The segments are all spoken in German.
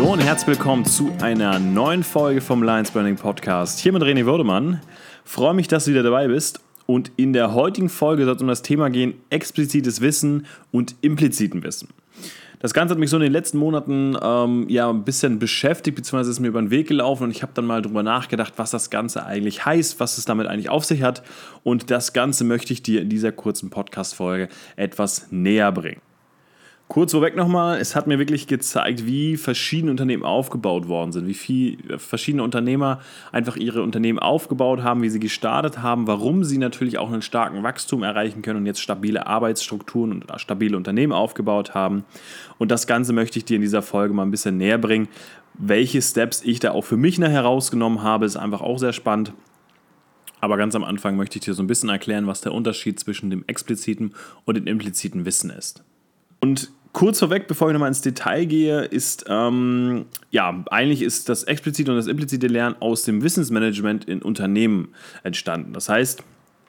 Hallo und herzlich willkommen zu einer neuen Folge vom Lions Branding Podcast. Hier mit René Würdemann. Freue mich, dass du wieder dabei bist. Und in der heutigen Folge soll es um das Thema gehen, explizites Wissen und impliziten Wissen. Das Ganze hat mich so in den letzten Monaten ein bisschen beschäftigt, beziehungsweise ist mir über den Weg gelaufen und ich habe dann mal drüber nachgedacht, was das Ganze eigentlich heißt, was es damit eigentlich auf sich hat. Und das Ganze möchte ich dir in dieser kurzen Podcast-Folge etwas näher bringen. Kurz vorweg nochmal, es hat mir wirklich gezeigt, wie verschiedene Unternehmen aufgebaut worden sind, wie viele verschiedene Unternehmer einfach ihre Unternehmen aufgebaut haben, wie sie gestartet haben, warum sie natürlich auch einen starken Wachstum erreichen können und jetzt stabile Arbeitsstrukturen und stabile Unternehmen aufgebaut haben. Und das Ganze möchte ich dir in dieser Folge mal ein bisschen näher bringen. Welche Steps ich da auch für mich nachher herausgenommen habe, ist einfach auch sehr spannend. Aber ganz am Anfang möchte ich dir so ein bisschen erklären, was der Unterschied zwischen dem expliziten und dem impliziten Wissen ist. Und kurz vorweg, bevor ich nochmal ins Detail gehe, ist, eigentlich ist das explizite und das implizite Lernen aus dem Wissensmanagement in Unternehmen entstanden. Das heißt,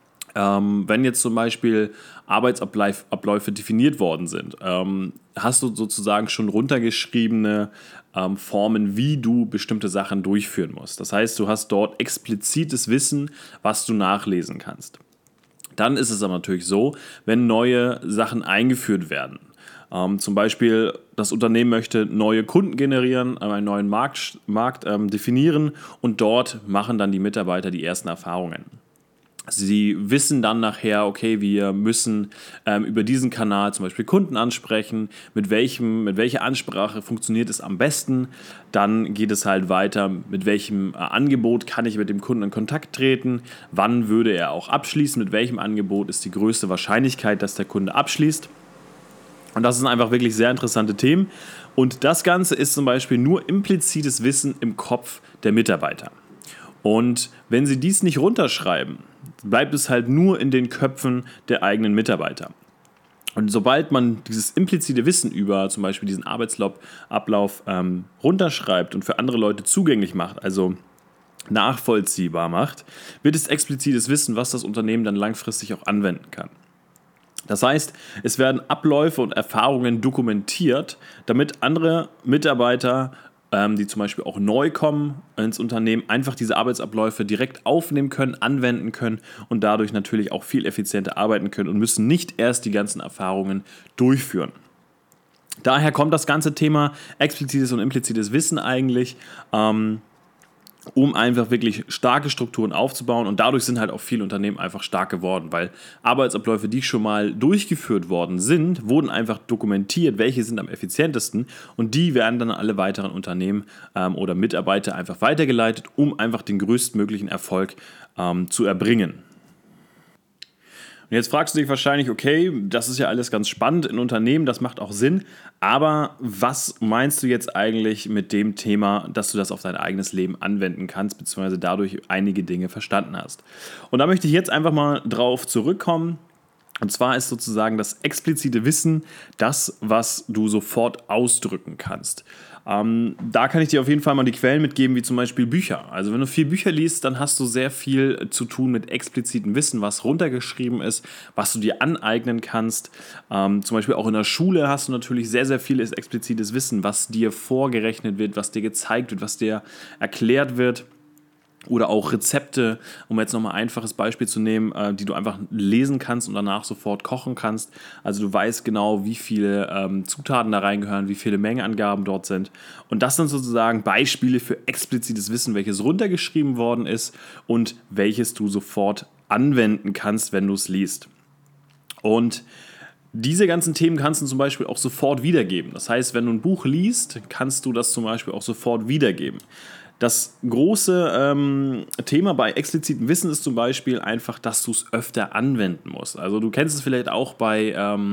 wenn jetzt zum Beispiel Arbeitsabläufe definiert worden sind, hast du sozusagen schon runtergeschriebene Formen, wie du bestimmte Sachen durchführen musst. Das heißt, du hast dort explizites Wissen, was du nachlesen kannst. Dann ist es aber natürlich so, wenn neue Sachen eingeführt werden. Zum Beispiel, das Unternehmen möchte neue Kunden generieren, einen neuen Markt definieren und dort machen dann die Mitarbeiter die ersten Erfahrungen. Sie wissen dann nachher, okay, wir müssen über diesen Kanal zum Beispiel Kunden ansprechen, mit welcher Ansprache funktioniert es am besten. Dann geht es halt weiter, mit welchem Angebot kann ich mit dem Kunden in Kontakt treten, wann würde er auch abschließen, mit welchem Angebot ist die größte Wahrscheinlichkeit, dass der Kunde abschließt. Und das sind einfach wirklich sehr interessante Themen. Und das Ganze ist zum Beispiel nur implizites Wissen im Kopf der Mitarbeiter. Und wenn sie dies nicht runterschreiben, bleibt es halt nur in den Köpfen der eigenen Mitarbeiter. Und sobald man dieses implizite Wissen über zum Beispiel diesen Arbeitsablauf runterschreibt und für andere Leute zugänglich macht, also nachvollziehbar macht, wird es explizites Wissen, was das Unternehmen dann langfristig auch anwenden kann. Das heißt, es werden Abläufe und Erfahrungen dokumentiert, damit andere Mitarbeiter, die zum Beispiel auch neu kommen ins Unternehmen, einfach diese Arbeitsabläufe direkt aufnehmen können, anwenden können und dadurch natürlich auch viel effizienter arbeiten können und müssen nicht erst die ganzen Erfahrungen durchführen. Daher kommt das ganze Thema explizites und implizites Wissen eigentlich, um einfach wirklich starke Strukturen aufzubauen, und dadurch sind halt auch viele Unternehmen einfach stark geworden, weil Arbeitsabläufe, die schon mal durchgeführt worden sind, wurden einfach dokumentiert, welche sind am effizientesten, und die werden dann an alle weiteren Unternehmen oder Mitarbeiter einfach weitergeleitet, um einfach den größtmöglichen Erfolg zu erbringen. Und jetzt fragst du dich wahrscheinlich, okay, das ist ja alles ganz spannend in Unternehmen, das macht auch Sinn, aber was meinst du jetzt eigentlich mit dem Thema, dass du das auf dein eigenes Leben anwenden kannst, beziehungsweise dadurch einige Dinge verstanden hast? Und da möchte ich jetzt einfach mal drauf zurückkommen. Und zwar ist sozusagen das explizite Wissen das, was du sofort ausdrücken kannst. Da kann ich dir auf jeden Fall mal die Quellen mitgeben, wie zum Beispiel Bücher. Also wenn du viel Bücher liest, dann hast du sehr viel zu tun mit explizitem Wissen, was runtergeschrieben ist, was du dir aneignen kannst. Zum Beispiel auch in der Schule hast du natürlich sehr, sehr vieles explizites Wissen, was dir vorgerechnet wird, was dir gezeigt wird, was dir erklärt wird. Oder auch Rezepte, um jetzt nochmal ein einfaches Beispiel zu nehmen, die du einfach lesen kannst und danach sofort kochen kannst. Also du weißt genau, wie viele Zutaten da reingehören, wie viele Mengenangaben dort sind. Und das sind sozusagen Beispiele für explizites Wissen, welches runtergeschrieben worden ist und welches du sofort anwenden kannst, wenn du es liest. Und diese ganzen Themen kannst du zum Beispiel auch sofort wiedergeben. Das heißt, wenn du ein Buch liest, kannst du das zum Beispiel auch sofort wiedergeben. Das große Thema bei explizitem Wissen ist zum Beispiel einfach, dass du es öfter anwenden musst. Also du kennst es vielleicht auch bei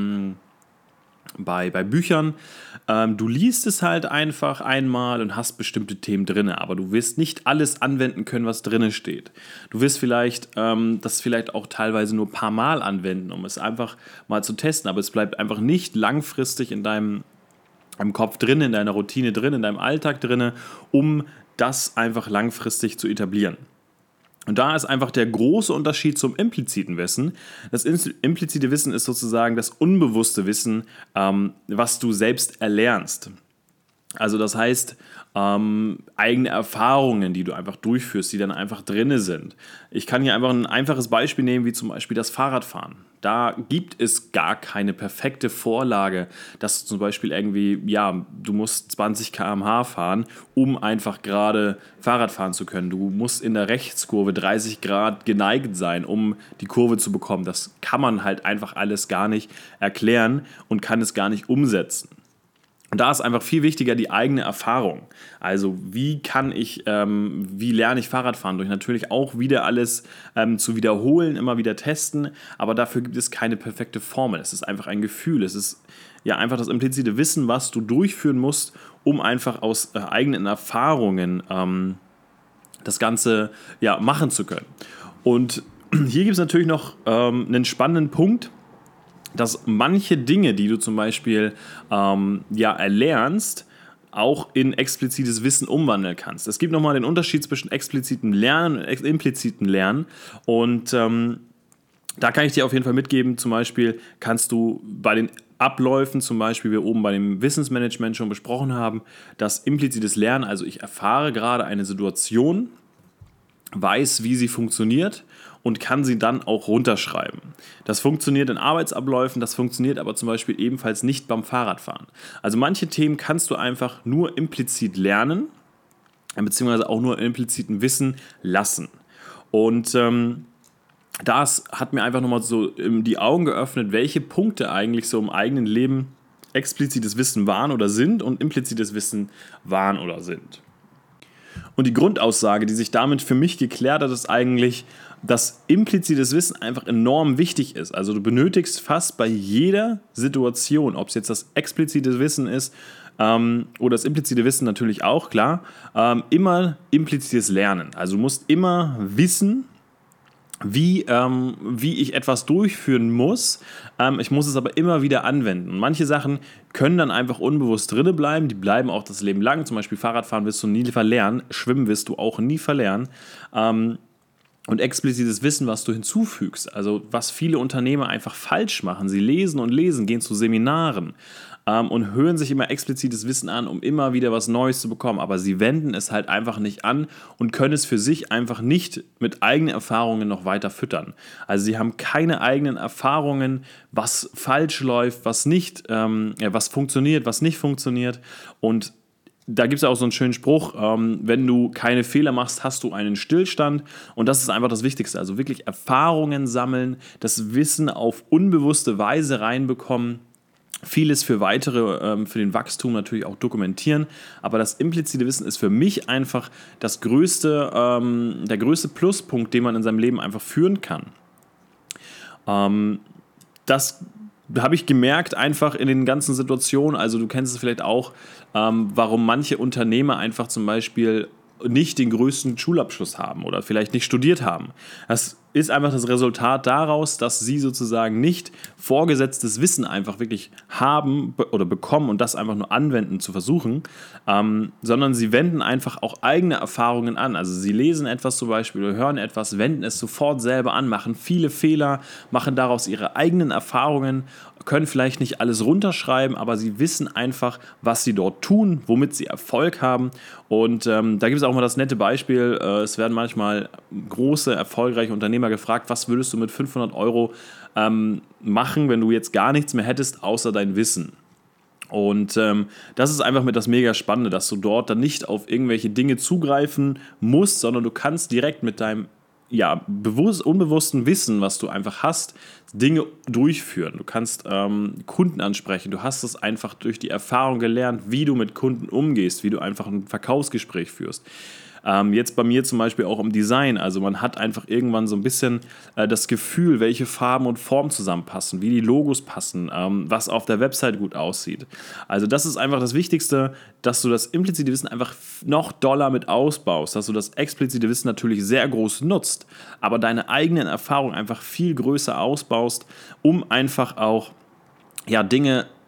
Büchern. Du liest es halt einfach einmal und hast bestimmte Themen drin, aber du wirst nicht alles anwenden können, was drin steht. Du wirst vielleicht das vielleicht auch teilweise nur ein paar Mal anwenden, um es einfach mal zu testen, aber es bleibt einfach nicht langfristig in deinem Kopf drin, in deiner Routine drin, in deinem Alltag drin, um das einfach langfristig zu etablieren. Und da ist einfach der große Unterschied zum impliziten Wissen. Das implizite Wissen ist sozusagen das unbewusste Wissen, was du selbst erlernst. Also das heißt, eigene Erfahrungen, die du einfach durchführst, die dann einfach drinne sind. Ich kann hier einfach ein einfaches Beispiel nehmen, wie zum Beispiel das Fahrradfahren. Da gibt es gar keine perfekte Vorlage, dass du zum Beispiel irgendwie, du musst 20 km/h fahren, um einfach gerade Fahrrad fahren zu können. Du musst in der Rechtskurve 30 Grad geneigt sein, um die Kurve zu bekommen. Das kann man halt einfach alles gar nicht erklären und kann es gar nicht umsetzen. Und da ist einfach viel wichtiger die eigene Erfahrung. Also wie lerne ich Fahrradfahren? Durch natürlich auch wieder alles zu wiederholen, immer wieder testen, aber dafür gibt es keine perfekte Formel. Es ist einfach ein Gefühl, es ist einfach das implizite Wissen, was du durchführen musst, um einfach aus eigenen Erfahrungen das Ganze machen zu können. Und hier gibt es natürlich noch einen spannenden Punkt, dass manche Dinge, die du zum Beispiel erlernst, auch in explizites Wissen umwandeln kannst. Es gibt nochmal den Unterschied zwischen explizitem Lernen und implizitem Lernen. Und da kann ich dir auf jeden Fall mitgeben, zum Beispiel kannst du bei den Abläufen, zum Beispiel wir oben bei dem Wissensmanagement schon besprochen haben, dass implizites Lernen, also ich erfahre gerade eine Situation, weiß, wie sie funktioniert und kann sie dann auch runterschreiben. Das funktioniert in Arbeitsabläufen, das funktioniert aber zum Beispiel ebenfalls nicht beim Fahrradfahren. Also manche Themen kannst du einfach nur implizit lernen, beziehungsweise auch nur impliziten Wissen lassen. Und das hat mir einfach nochmal so die Augen geöffnet, welche Punkte eigentlich so im eigenen Leben explizites Wissen waren oder sind und implizites Wissen waren oder sind. Und die Grundaussage, die sich damit für mich geklärt hat, ist eigentlich, dass implizites Wissen einfach enorm wichtig ist. Also du benötigst fast bei jeder Situation, ob es jetzt das explizite Wissen ist oder das implizite Wissen natürlich auch, klar, immer implizites Lernen. Also du musst immer wissen, wie ich etwas durchführen muss. Ich muss es aber immer wieder anwenden. Und manche Sachen können dann einfach unbewusst drin bleiben. Die bleiben auch das Leben lang. Zum Beispiel Fahrradfahren wirst du nie verlernen. Schwimmen wirst du auch nie verlernen. Und explizites Wissen, was du hinzufügst. Also was viele Unternehmer einfach falsch machen. Sie lesen und lesen, gehen zu Seminaren und hören sich immer explizites Wissen an, um immer wieder was Neues zu bekommen. Aber sie wenden es halt einfach nicht an und können es für sich einfach nicht mit eigenen Erfahrungen noch weiter füttern. Also sie haben keine eigenen Erfahrungen, was falsch läuft, was nicht, was funktioniert, was nicht funktioniert. Und da gibt es auch so einen schönen Spruch, wenn du keine Fehler machst, hast du einen Stillstand. Und das ist einfach das Wichtigste. Also wirklich Erfahrungen sammeln, das Wissen auf unbewusste Weise reinbekommen, vieles für für den Wachstum natürlich auch dokumentieren. Aber das implizite Wissen ist für mich einfach der größte Pluspunkt, den man in seinem Leben einfach führen kann. Das habe ich gemerkt einfach in den ganzen Situationen, also du kennst es vielleicht auch, warum manche Unternehmer einfach zum Beispiel nicht den größten Schulabschluss haben oder vielleicht nicht studiert haben. Das ist einfach das Resultat daraus, dass sie sozusagen nicht vorgesetztes Wissen einfach wirklich haben oder bekommen und das einfach nur anwenden zu versuchen, sondern sie wenden einfach auch eigene Erfahrungen an. Also sie lesen etwas zum Beispiel oder hören etwas, wenden es sofort selber an, machen viele Fehler, machen daraus ihre eigenen Erfahrungen, können vielleicht nicht alles runterschreiben, aber sie wissen einfach, was sie dort tun, womit sie Erfolg haben. Und da gibt es auch mal das nette Beispiel, es werden manchmal große, erfolgreiche Unternehmer gefragt, was würdest du mit 500 € machen, wenn du jetzt gar nichts mehr hättest, außer dein Wissen. Und das ist einfach mit das mega Spannende, dass du dort dann nicht auf irgendwelche Dinge zugreifen musst, sondern du kannst direkt mit deinem unbewussten Wissen, was du einfach hast, Dinge durchführen. Du kannst Kunden ansprechen. Du hast es einfach durch die Erfahrung gelernt, wie du mit Kunden umgehst, wie du einfach ein Verkaufsgespräch führst. Jetzt bei mir zum Beispiel auch im Design. Also man hat einfach irgendwann so ein bisschen das Gefühl, welche Farben und Formen zusammenpassen, wie die Logos passen, was auf der Website gut aussieht. Also das ist einfach das Wichtigste, dass du das implizite Wissen einfach noch doller mit ausbaust, dass du das explizite Wissen natürlich sehr groß nutzt, aber deine eigenen Erfahrungen einfach viel größer ausbaust, um einfach auch Dinge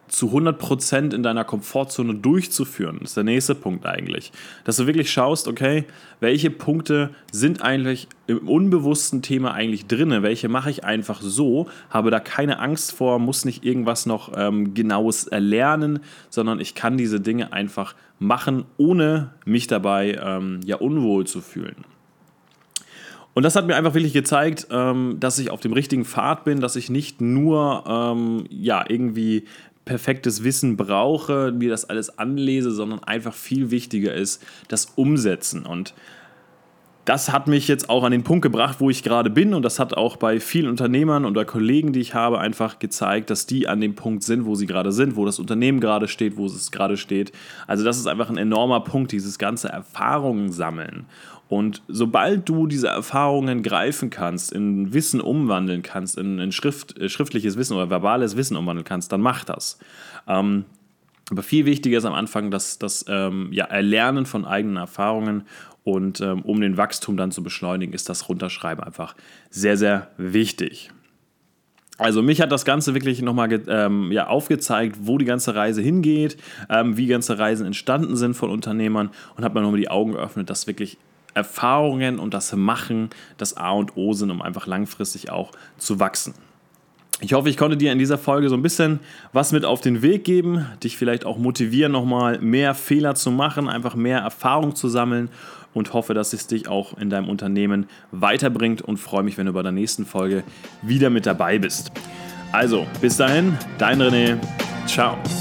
zu 100% in deiner Komfortzone durchzuführen. Das ist der nächste Punkt eigentlich. Dass du wirklich schaust, okay, welche Punkte sind eigentlich im unbewussten Thema eigentlich drin? Welche mache ich einfach so, habe da keine Angst vor, muss nicht irgendwas noch Genaues erlernen, sondern ich kann diese Dinge einfach machen, ohne mich dabei unwohl zu fühlen. Und das hat mir einfach wirklich gezeigt, dass ich auf dem richtigen Pfad bin, dass ich nicht nur irgendwie perfektes Wissen brauche, mir das alles anlese, sondern einfach viel wichtiger ist, das Umsetzen. Und das hat mich jetzt auch an den Punkt gebracht, wo ich gerade bin, und das hat auch bei vielen Unternehmern oder Kollegen, die ich habe, einfach gezeigt, dass die an dem Punkt sind, wo sie gerade sind, wo das Unternehmen gerade steht, wo es gerade steht. Also das ist einfach ein enormer Punkt, dieses ganze Erfahrungen sammeln. Und sobald du diese Erfahrungen greifen kannst, in Wissen umwandeln kannst, in schriftliches Wissen oder verbales Wissen umwandeln kannst, dann mach das. Aber viel wichtiger ist am Anfang das Erlernen von eigenen Erfahrungen, und um den Wachstum dann zu beschleunigen, ist das Runterschreiben einfach sehr, sehr wichtig. Also mich hat das Ganze wirklich nochmal aufgezeigt, wo die ganze Reise hingeht, wie ganze Reisen entstanden sind von Unternehmern, und hat mir nochmal die Augen geöffnet, dass wirklich Erfahrungen und das Machen das A und O sind, um einfach langfristig auch zu wachsen. Ich hoffe, ich konnte dir in dieser Folge so ein bisschen was mit auf den Weg geben, dich vielleicht auch motivieren, nochmal mehr Fehler zu machen, einfach mehr Erfahrung zu sammeln, und hoffe, dass es dich auch in deinem Unternehmen weiterbringt, und freue mich, wenn du bei der nächsten Folge wieder mit dabei bist. Also, bis dahin, dein René. Ciao.